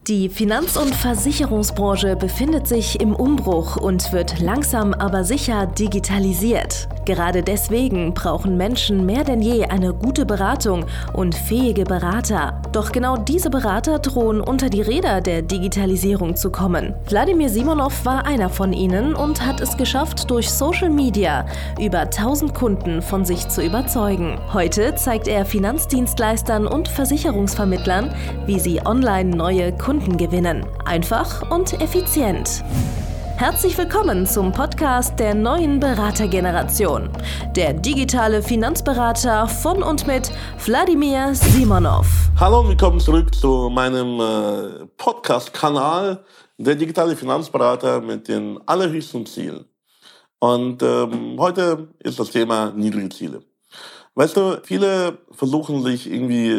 Die Finanz- und Versicherungsbranche befindet sich im Umbruch und wird langsam aber sicher digitalisiert. Gerade deswegen brauchen Menschen mehr denn je eine gute Beratung und fähige Berater. Doch genau diese Berater drohen unter die Räder der Digitalisierung zu kommen. Wladimir Simonov war einer von ihnen und hat es geschafft, durch Social Media über 1000 Kunden von sich zu überzeugen. Heute zeigt er Finanzdienstleistern und Versicherungsvermittlern, wie sie online neue Kunden gewinnen. Einfach und effizient. Herzlich willkommen zum Podcast der neuen Beratergeneration. Der digitale Finanzberater von und mit Wladimir Simonov. Hallo und willkommen zurück zu meinem Podcast-Kanal, der digitale Finanzberater mit den allerhöchsten Zielen. Und heute ist das Thema niedrige Ziele. Weißt du, viele versuchen sich irgendwie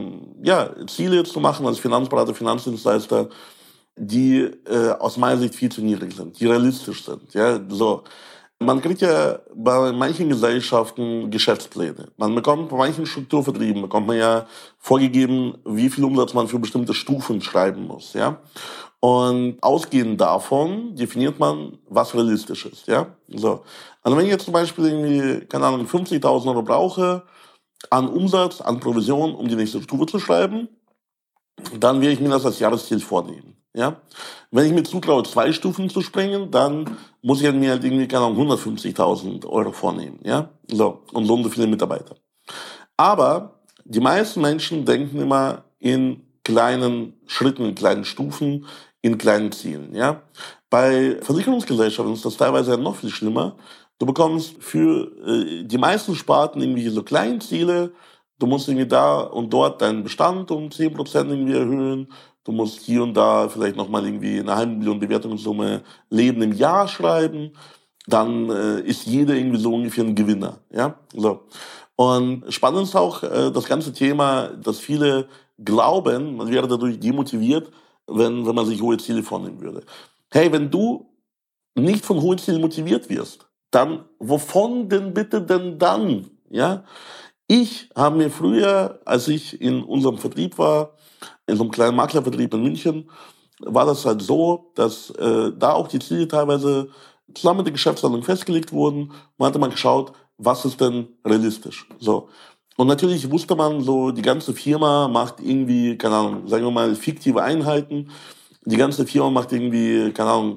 Ziele zu machen als Finanzberater, Finanzdienstleister, die aus meiner Sicht viel zu niedrig sind, die realistisch sind. Ja, so. Man kriegt ja bei manchen Gesellschaften Geschäftspläne. Man bekommt bei manchen Strukturvertrieben bekommt man ja vorgegeben, wie viel Umsatz man für bestimmte Stufen schreiben muss. Ja. Und ausgehend davon definiert man, was realistisch ist. Ja? So. Also wenn ich jetzt zum Beispiel irgendwie, 50.000 Euro brauche an Umsatz, an Provision, um die nächste Stufe zu schreiben, dann werde ich mir das als Jahresziel vornehmen. Ja? Wenn ich mir zutraue, 2 Stufen zu springen, dann muss ich mir halt irgendwie, 150.000 Euro vornehmen. Ja? So. Und so und so viele Mitarbeiter. Aber die meisten Menschen denken immer in kleinen Schritten, in kleinen Stufen, in kleinen Zielen. Ja? Bei Versicherungsgesellschaften ist das teilweise ja noch viel schlimmer. Du bekommst für die meisten Sparten irgendwie so kleine Ziele. Du musst irgendwie da und dort deinen Bestand um 10% irgendwie erhöhen. Du musst hier und da vielleicht nochmal irgendwie 500.000 Bewertungssumme Leben im Jahr schreiben. Dann ist jeder irgendwie so ungefähr ein Gewinner. Ja? So. Und spannend ist auch das ganze Thema, dass viele glauben, man wäre dadurch demotiviert, wenn man sich hohe Ziele vornehmen würde. Hey, wenn du nicht von hohen Zielen motiviert wirst, dann wovon denn bitte denn dann? Ja? Ich habe mir früher, als ich in unserem Vertrieb war, in so einem kleinen Maklervertrieb in München, war das halt so, dass da auch die Ziele teilweise zusammen mit der Geschäftsleitung festgelegt wurden. Man hatte mal geschaut, was ist denn realistisch? So. Und natürlich wusste man so, die ganze Firma macht irgendwie, sagen wir mal, fiktive Einheiten. Die ganze Firma macht irgendwie,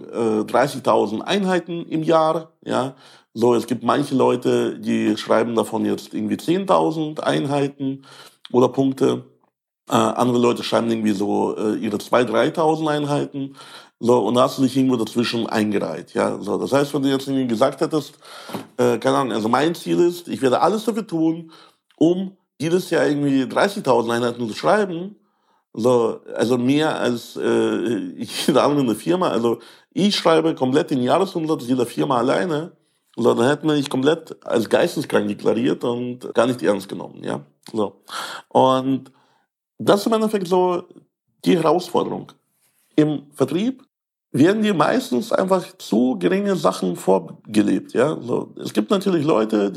30.000 Einheiten im Jahr, ja. So, es gibt manche Leute, die schreiben davon jetzt irgendwie 10.000 Einheiten oder Punkte. Andere Leute schreiben irgendwie so ihre 2.000, 3.000 Einheiten. So, und da hast du dich irgendwo dazwischen eingereiht, ja. So, das heißt, wenn du jetzt irgendwie gesagt hättest, also mein Ziel ist, ich werde alles dafür tun, um jedes Jahr irgendwie 30.000 Einheiten zu schreiben, so, also mehr als jede andere in der Firma. Also ich schreibe komplett den Jahresumsatz jeder Firma alleine. So, dann hätten wir mich komplett als geisteskrank deklariert und gar nicht ernst genommen, ja. So. Und das ist im Endeffekt so die Herausforderung. Im Vertrieb werden dir meistens einfach zu geringe Sachen vorgelebt, ja. So, es gibt natürlich Leute,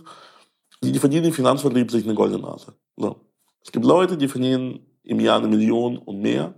die verdienen im Finanzvertrieb sich eine goldene Nase. So. Es gibt Leute, die verdienen im Jahr 1 Million und mehr.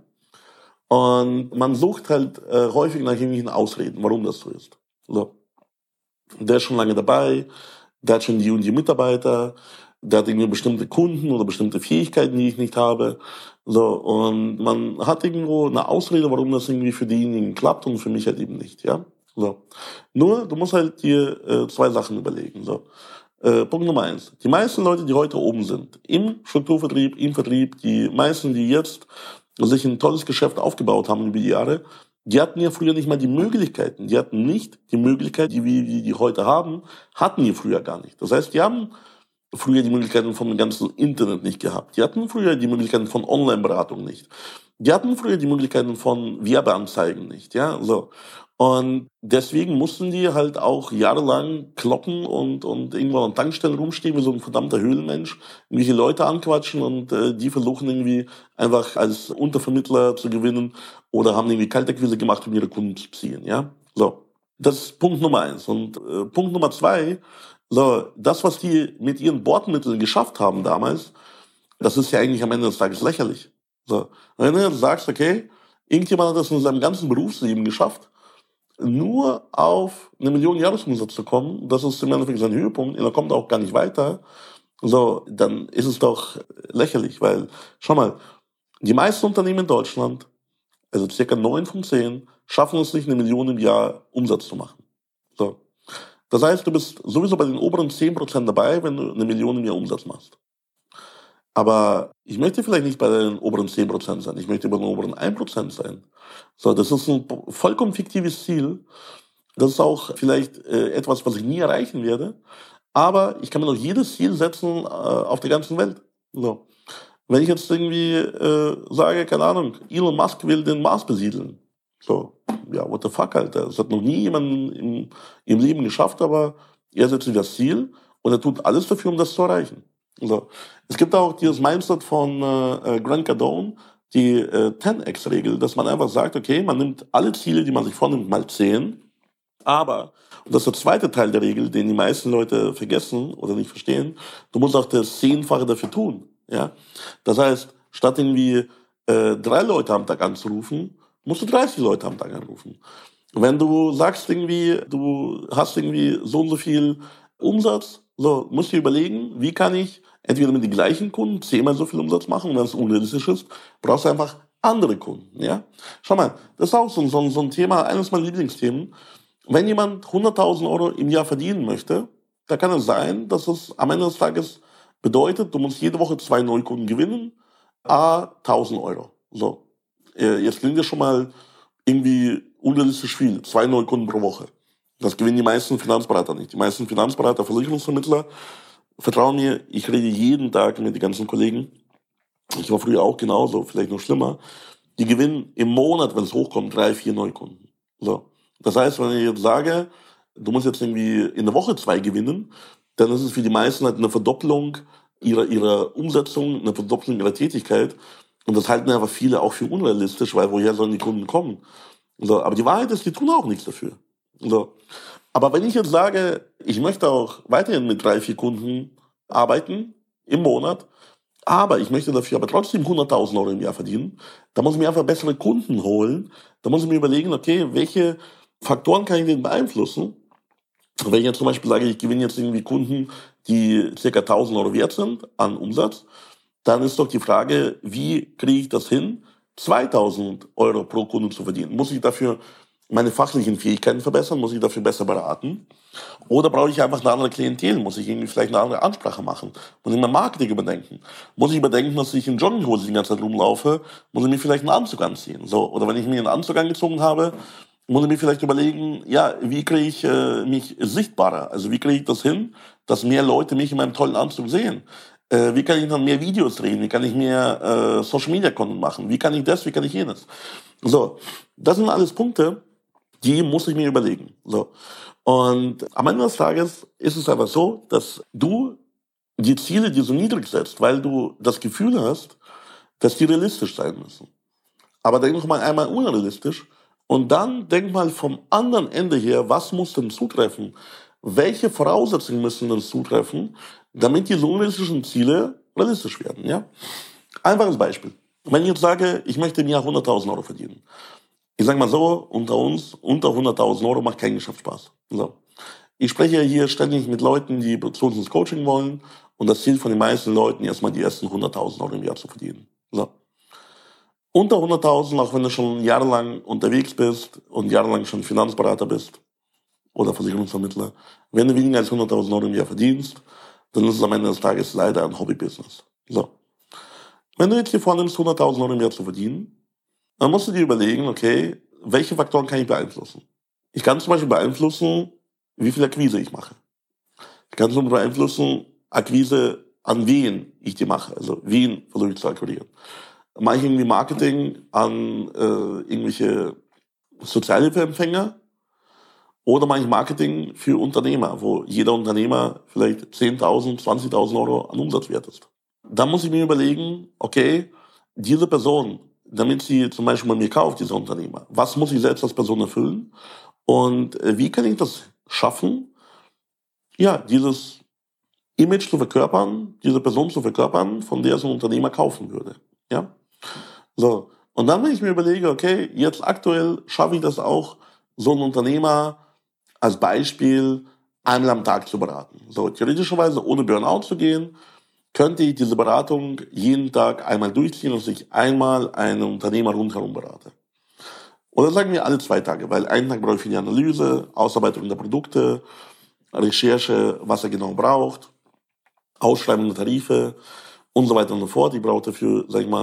Und man sucht halt häufig nach irgendwelchen Ausreden, warum das so ist. So. Der ist schon lange dabei, der hat schon die und die Mitarbeiter, der hat irgendwie bestimmte Kunden oder bestimmte Fähigkeiten, die ich nicht habe. So, und man hat irgendwo eine Ausrede, warum das irgendwie für diejenigen klappt und für mich halt eben nicht. Ja? So. Nur, du musst halt dir 2 Sachen überlegen. So. Punkt Nummer 1. Die meisten Leute, die heute oben sind, im Strukturvertrieb, im Vertrieb, die meisten, die jetzt sich ein tolles Geschäft aufgebaut haben über die Jahre, die hatten ja früher nicht mal die Möglichkeiten. Die hatten nicht die Möglichkeit, die wir die heute haben, hatten die früher gar nicht. Das heißt, die haben früher die Möglichkeiten vom ganzen Internet nicht gehabt. Die hatten früher die Möglichkeiten von Online-Beratung nicht. Die hatten früher die Möglichkeiten von Werbeanzeigen nicht. Ja, so. Und deswegen mussten die halt auch jahrelang kloppen und irgendwo an Tankstellen rumstehen wie so ein verdammter Höhlenmensch, irgendwelche Leute anquatschen und die versuchen irgendwie einfach als Untervermittler zu gewinnen oder haben irgendwie Kaltakquise gemacht, um ihre Kunden zu ziehen, ja. So. Das ist Punkt Nummer 1. Und Punkt Nummer 2, so, das, was die mit ihren Bordmitteln geschafft haben damals, das ist ja eigentlich am Ende des Tages lächerlich. So. Wenn du jetzt sagst, okay, Irgendjemand hat es in seinem ganzen Berufsleben geschafft, nur auf 1 Million Jahresumsatz zu kommen. Das ist im Endeffekt sein Höhepunkt. Und er kommt auch gar nicht weiter. So, dann ist es doch lächerlich, weil, schau mal, die meisten Unternehmen in Deutschland, also circa 9 von 10, schaffen es nicht, 1 Million im Jahr Umsatz zu machen. So. Das heißt, du bist sowieso bei den oberen 10% dabei, wenn du 1 Million im Jahr Umsatz machst. Aber ich möchte vielleicht nicht bei den oberen 10% sein, ich möchte bei den oberen 1% sein. So, das ist ein vollkommen fiktives Ziel. Das ist auch vielleicht etwas, was ich nie erreichen werde. Aber ich kann mir noch jedes Ziel setzen auf der ganzen Welt. So. Wenn ich jetzt irgendwie sage, keine Ahnung, Elon Musk will den Mars besiedeln. So, ja, what the fuck, Alter. Das hat noch nie jemand im Leben geschafft, aber er setzt sich das Ziel und er tut alles dafür, um das zu erreichen. So. Es gibt auch dieses Mindset von Grant Cardone, die 10x-Regel, dass man einfach sagt, okay, man nimmt alle Ziele, die man sich vornimmt, mal 10, aber, und das ist der zweite Teil der Regel, den die meisten Leute vergessen oder nicht verstehen, du musst auch das 10-fache dafür tun. Ja? Das heißt, statt irgendwie 3 Leute am Tag anzurufen, musst du 30 Leute am Tag anrufen. Wenn du sagst irgendwie, du hast irgendwie so und so viel Umsatz, so musst du dir überlegen, wie kann ich entweder mit den gleichen Kunden 10-mal so viel Umsatz machen, und wenn es unrealistisch ist, brauchst du einfach andere Kunden. Ja? Schau mal, das ist auch so ein Thema, eines meiner Lieblingsthemen. Wenn jemand 100.000 Euro im Jahr verdienen möchte, da kann es sein, dass es am Ende des Tages bedeutet, du musst jede Woche 2 Neukunden gewinnen, 1.000 Euro. So, jetzt klingt das schon mal irgendwie unrealistisch viel, 2 Neukunden pro Woche. Das gewinnen die meisten Finanzberater nicht. Die meisten Finanzberater, Versicherungsvermittler, vertrauen mir, ich rede jeden Tag mit den ganzen Kollegen. Ich war früher auch genauso, vielleicht noch schlimmer. Die gewinnen im Monat, wenn es hochkommt, 3, 4 Neukunden. So. Das heißt, wenn ich jetzt sage, du musst jetzt irgendwie in der Woche 2 gewinnen, dann ist es für die meisten halt eine Verdopplung ihrer Umsetzung, eine Verdopplung ihrer Tätigkeit. Und das halten einfach viele auch für unrealistisch, weil woher sollen die Kunden kommen? So, aber die Wahrheit ist, die tun auch nichts dafür. So. Aber wenn ich jetzt sage, ich möchte auch weiterhin mit 3, 4 Kunden arbeiten im Monat, aber ich möchte dafür aber trotzdem 100.000 Euro im Jahr verdienen, dann muss ich mir einfach bessere Kunden holen. Da muss ich mir überlegen, okay, welche Faktoren kann ich denn beeinflussen? Wenn ich jetzt zum Beispiel sage, ich gewinne jetzt irgendwie Kunden, die ca. 1.000 Euro wert sind an Umsatz, dann ist doch die Frage, wie kriege ich das hin, 2.000 Euro pro Kunde zu verdienen? Muss ich dafür meine fachlichen Fähigkeiten verbessern? Muss ich dafür besser beraten? Oder brauche ich einfach eine andere Klientel? Muss ich irgendwie vielleicht eine andere Ansprache machen? Muss ich mein Marketing überdenken? Muss ich überdenken, dass ich in Jogginghose die ganze Zeit rumlaufe? Muss ich mir vielleicht einen Anzug anziehen? So, oder wenn ich mir einen Anzug angezogen habe, muss ich mir vielleicht überlegen, ja, wie kriege ich mich sichtbarer? Also wie kriege ich das hin, dass mehr Leute mich in meinem tollen Anzug sehen? Wie kann ich dann mehr Videos drehen? Wie kann ich mehr Social Media Content machen? Wie kann ich das? Wie kann ich jenes? So, das sind alles Punkte, die muss ich mir überlegen. So. Und am Ende des Tages ist es aber so, dass du die Ziele dir so niedrig setzt, weil du das Gefühl hast, dass die realistisch sein müssen. Aber denk doch mal einmal unrealistisch und dann denk mal vom anderen Ende her, was muss denn zutreffen? Welche Voraussetzungen müssen denn zutreffen, damit diese unrealistischen Ziele realistisch werden? Ja? Einfaches Beispiel. Wenn ich jetzt sage, ich möchte im Jahr 100.000 Euro verdienen. Ich sage mal so, unter uns, unter 100.000 Euro macht kein Geschäft Spaß. So. Ich spreche ja hier ständig mit Leuten, die zu uns ins Coaching wollen. Und das Ziel von den meisten Leuten, erstmal die ersten 100.000 Euro im Jahr zu verdienen. So. Unter 100.000, auch wenn du schon jahrelang unterwegs bist und jahrelang schon Finanzberater bist oder Versicherungsvermittler, wenn du weniger als 100.000 Euro im Jahr verdienst, dann ist es am Ende des Tages leider ein Hobbybusiness. So. Wenn du jetzt hier vornimmst, 100.000 Euro im Jahr zu verdienen, dann musst du dir überlegen, okay, welche Faktoren kann ich beeinflussen? Ich kann zum Beispiel beeinflussen, wie viel Akquise ich mache. Ich kann zum Beispiel beeinflussen, Akquise an wen ich die mache, also wen versuche ich zu akquirieren. Mache ich irgendwie Marketing an irgendwelche Sozialhilfeempfänger oder mache ich Marketing für Unternehmer, wo jeder Unternehmer vielleicht 10.000, 20.000 Euro an Umsatz wert ist. Da muss ich mir überlegen, okay, diese Person, damit sie zum Beispiel bei mir kauft, dieser Unternehmer, was muss ich selbst als Person erfüllen und wie kann ich das schaffen, ja, dieses Image zu verkörpern, diese Person zu verkörpern, von der so ein Unternehmer kaufen würde. Ja? So. Und dann, wenn ich mir überlege, okay, jetzt aktuell schaffe ich das auch, so einen Unternehmer als Beispiel einmal am Tag zu beraten. So, theoretischerweise, ohne Burnout zu gehen, könnte ich diese Beratung jeden Tag einmal durchziehen, dass ich einmal einen Unternehmer rundherum berate. Oder sagen wir alle 2 Tage, weil einen Tag brauche ich für die Analyse, Ausarbeitung der Produkte, Recherche, was er genau braucht, Ausschreibung der Tarife und so weiter und so fort. Ich brauche dafür,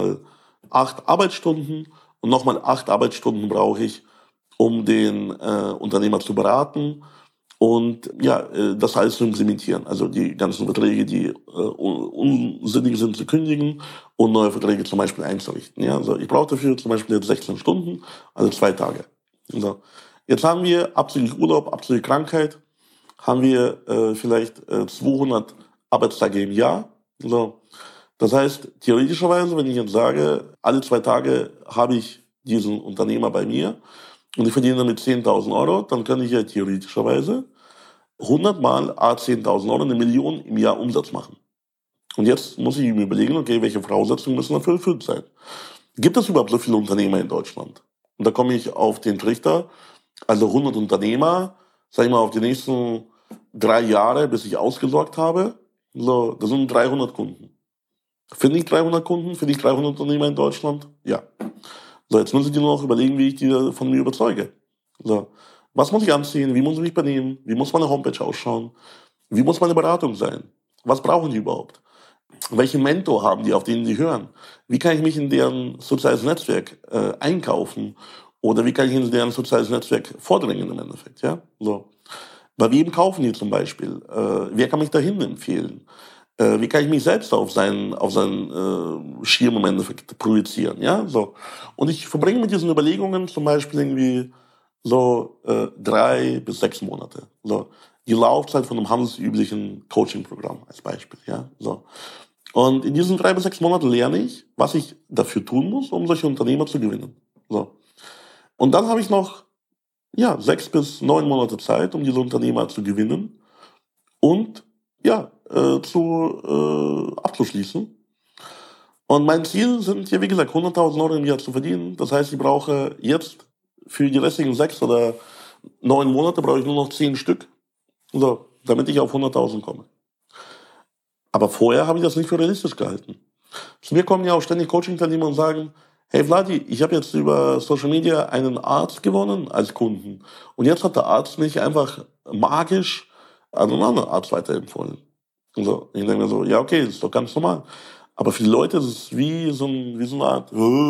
8 Arbeitsstunden und nochmal 8 Arbeitsstunden brauche ich, um den Unternehmer zu beraten und das alles zu implementieren. Also die ganzen Verträge, die unsinnig sind, zu kündigen und neue Verträge zum Beispiel einzurichten. Ja, also ich brauche dafür zum Beispiel jetzt 16 Stunden, also 2 Tage. So. Jetzt haben wir abzüglich Urlaub, abzüglich Krankheit, haben wir vielleicht 200 Arbeitstage im Jahr. So. Das heißt, theoretischerweise, wenn ich jetzt sage, alle 2 Tage habe ich diesen Unternehmer bei mir und ich verdiene damit 10.000 Euro, dann kann ich ja theoretischerweise 100 mal 10.000 Euro, 1 Million im Jahr Umsatz machen. Und jetzt muss ich mir überlegen, okay, welche Voraussetzungen müssen dafür erfüllt sein? Gibt es überhaupt so viele Unternehmer in Deutschland? Und da komme ich auf den Trichter, also 100 Unternehmer, auf die nächsten 3 Jahre, bis ich ausgesorgt habe, so, das sind 300 Kunden. Finde ich 300 Kunden? Finde ich 300 Unternehmer in Deutschland? Ja. So, jetzt muss ich dir nur noch überlegen, wie ich die von mir überzeuge. So, was muss ich anziehen? Wie muss ich mich benehmen? Wie muss meine Homepage ausschauen? Wie muss meine Beratung sein? Was brauchen die überhaupt? Welchen Mentor haben die, auf den die hören? Wie kann ich mich in deren soziales Netzwerk einkaufen? Oder wie kann ich in deren soziales Netzwerk vordringen im Endeffekt? Ja? So. Bei wem kaufen die zum Beispiel? Wer kann mich dahin empfehlen? Wie kann ich mich selbst auf seinen Schirm im Endeffekt projizieren? Ja? So. Und ich verbringe mit diesen Überlegungen zum Beispiel irgendwie 3 bis 6 Monate. So. Die Laufzeit von einem handelsüblichen Coaching-Programm als Beispiel. Ja? So. Und in diesen 3 bis 6 Monaten lerne ich, was ich dafür tun muss, um solche Unternehmer zu gewinnen. So. Und dann habe ich noch 6 bis 9 Monate Zeit, um diese Unternehmer zu gewinnen und abzuschließen. Und mein Ziel sind hier, wie gesagt, 100.000 Euro im Jahr zu verdienen. Das heißt, ich brauche jetzt für die restlichen 6 oder 9 Monate brauche ich nur noch 10 Stück, so, damit ich auf 100.000 komme. Aber vorher habe ich das nicht für realistisch gehalten. Zu mir kommen ja auch ständig Coaching-Teilnehmer und sagen, hey Vladi, ich habe jetzt über Social Media einen Arzt gewonnen als Kunden. Und jetzt hat der Arzt mich einfach magisch an einen anderen Arzt weiterempfohlen. So, ich denke mir so, ja okay, das ist doch ganz normal. Aber für die Leute ist es wie so eine Art,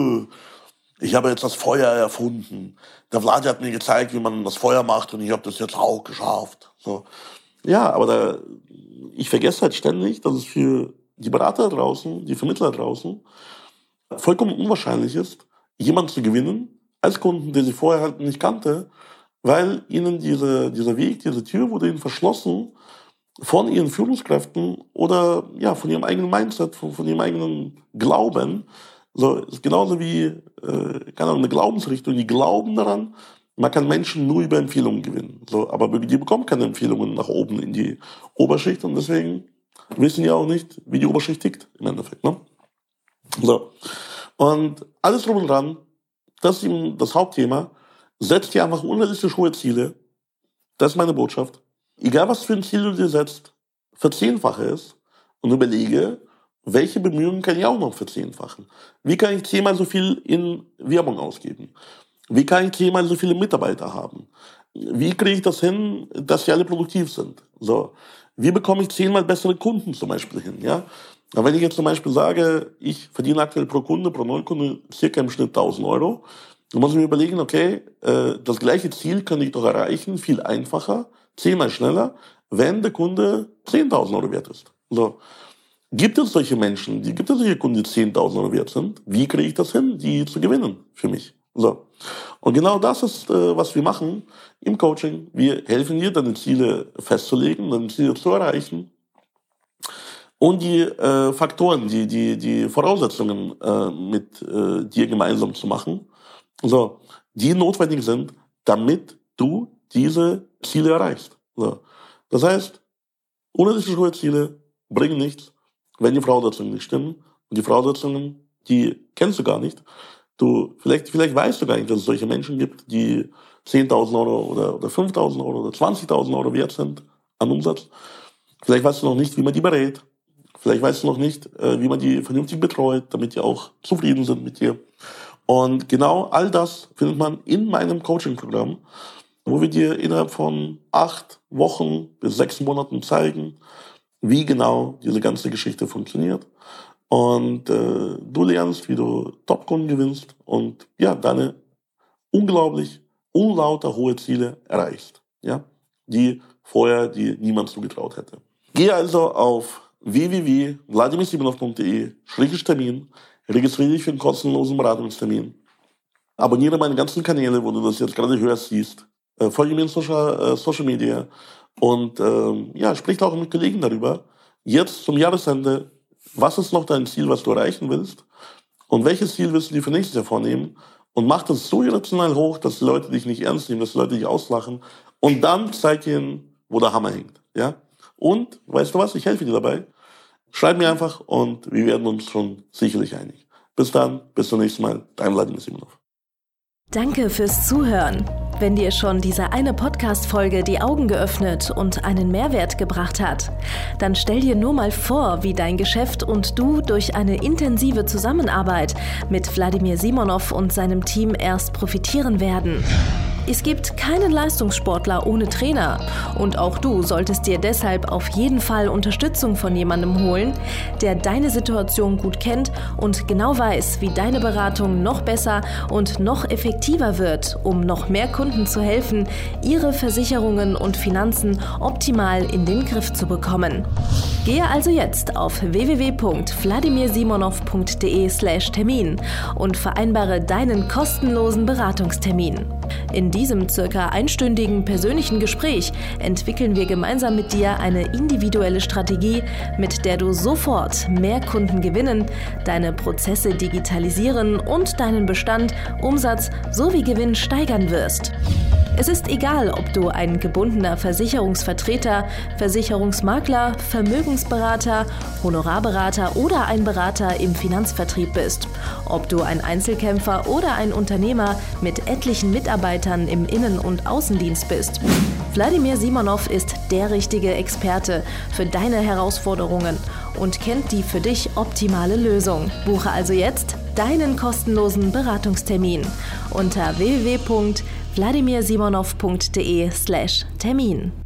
ich habe jetzt das Feuer erfunden. Der Vladi hat mir gezeigt, wie man das Feuer macht und ich habe das jetzt auch geschafft. So. Ja, aber ich vergesse halt ständig, dass es für die Berater draußen, die Vermittler draußen, vollkommen unwahrscheinlich ist, jemanden zu gewinnen als Kunden, der sie vorher halt nicht kannte, weil ihnen dieser Weg, diese Tür wurde ihnen verschlossen von ihren Führungskräften oder von ihrem eigenen Mindset, von ihrem eigenen Glauben. So, ist genauso wie eine Glaubensrichtung. Die glauben daran, man kann Menschen nur über Empfehlungen gewinnen. So, aber die bekommen keine Empfehlungen nach oben in die Oberschicht und deswegen wissen die auch nicht, wie die Oberschicht tickt im Endeffekt. Ne? So. Und alles drum und dran, das ist eben das Hauptthema. Setzt dir einfach unrealistisch hohe Ziele. Das ist meine Botschaft. Egal, was für ein Ziel du dir setzt, verzehnfache es und überlege, welche Bemühungen kann ich auch noch verzehnfachen? Wie kann ich 10-mal so viel in Werbung ausgeben? Wie kann ich 10-mal so viele Mitarbeiter haben? Wie kriege ich das hin, dass sie alle produktiv sind? So. Wie bekomme ich 10-mal bessere Kunden zum Beispiel hin? Ja? Aber wenn ich jetzt zum Beispiel sage, ich verdiene aktuell pro Neukunde circa im Schnitt 1.000 Euro, dann muss ich mir überlegen, okay, das gleiche Ziel kann ich doch erreichen, viel einfacher, 10-mal schneller, wenn der Kunde 10.000 Euro wert ist. So. Gibt es solche Menschen, gibt es solche Kunden, die 10.000 Euro wert sind? Wie kriege ich das hin, die zu gewinnen für mich? So. Und genau das ist, was wir machen im Coaching. Wir helfen dir, deine Ziele festzulegen, deine Ziele zu erreichen und die Faktoren, die Voraussetzungen mit dir gemeinsam zu machen, so, die notwendig sind, damit du diese Ziele erreichst. So. Das heißt, unrealistisch hohe Ziele bringen nichts, wenn die Voraussetzungen nicht stimmen. Und die Voraussetzungen, die kennst du gar nicht. Vielleicht weißt du gar nicht, dass es solche Menschen gibt, die 10.000 Euro oder 5.000 Euro oder 20.000 Euro wert sind an Umsatz. Vielleicht weißt du noch nicht, wie man die berät. Vielleicht weißt du noch nicht, wie man die vernünftig betreut, damit die auch zufrieden sind mit dir. Und genau all das findet man in meinem Coaching-Programm, wo wir dir innerhalb von 8 Wochen bis 6 Monaten zeigen, wie genau diese ganze Geschichte funktioniert. Und du lernst, wie du Top-Kunden gewinnst und ja, deine unglaublich unlauter hohe Ziele erreichst, ja, die vorher dir niemand zugetraut hätte. Geh also auf www.vladimirsimonov.de/Termin, registriere dich für einen kostenlosen Beratungstermin, abonniere meine ganzen Kanäle, wo du das jetzt gerade hörst, siehst, folge mir in Social Media und sprich auch mit Kollegen darüber. Jetzt zum Jahresende, was ist noch dein Ziel, was du erreichen willst und welches Ziel willst du dir für nächstes Jahr vornehmen und mach das so irrational hoch, dass die Leute dich nicht ernst nehmen, dass die Leute dich auslachen und dann zeig ihnen, wo der Hammer hängt. Ja? Und, weißt du was, ich helfe dir dabei. Schreib mir einfach und wir werden uns schon sicherlich einig. Bis dann, bis zum nächsten Mal, dein Vladimir Simonov. Danke fürs Zuhören. Wenn dir schon diese eine Podcast-Folge die Augen geöffnet und einen Mehrwert gebracht hat, dann stell dir nur mal vor, wie dein Geschäft und du durch eine intensive Zusammenarbeit mit Vladimir Simonov und seinem Team erst profitieren werden. Es gibt keinen Leistungssportler ohne Trainer und auch du solltest dir deshalb auf jeden Fall Unterstützung von jemandem holen, der deine Situation gut kennt und genau weiß, wie deine Beratung noch besser und noch effektiver wird, um noch mehr Kunden zu helfen, ihre Versicherungen und Finanzen optimal in den Griff zu bekommen. Gehe also jetzt auf www.vladimirsimonov.de/Termin und vereinbare deinen kostenlosen Beratungstermin. In diesem circa einstündigen persönlichen Gespräch entwickeln wir gemeinsam mit dir eine individuelle Strategie, mit der du sofort mehr Kunden gewinnen, deine Prozesse digitalisieren und deinen Bestand, Umsatz sowie Gewinn steigern wirst. Es ist egal, ob du ein gebundener Versicherungsvertreter, Versicherungsmakler, Vermögensberater, Honorarberater oder ein Berater im Finanzvertrieb bist. Ob du ein Einzelkämpfer oder ein Unternehmer mit etlichen Mitarbeitern im Innen- und Außendienst bist. Vladimir Simonov ist der richtige Experte für deine Herausforderungen und kennt die für dich optimale Lösung. Buche also jetzt deinen kostenlosen Beratungstermin unter www.vladimirsimonov.de/Termin.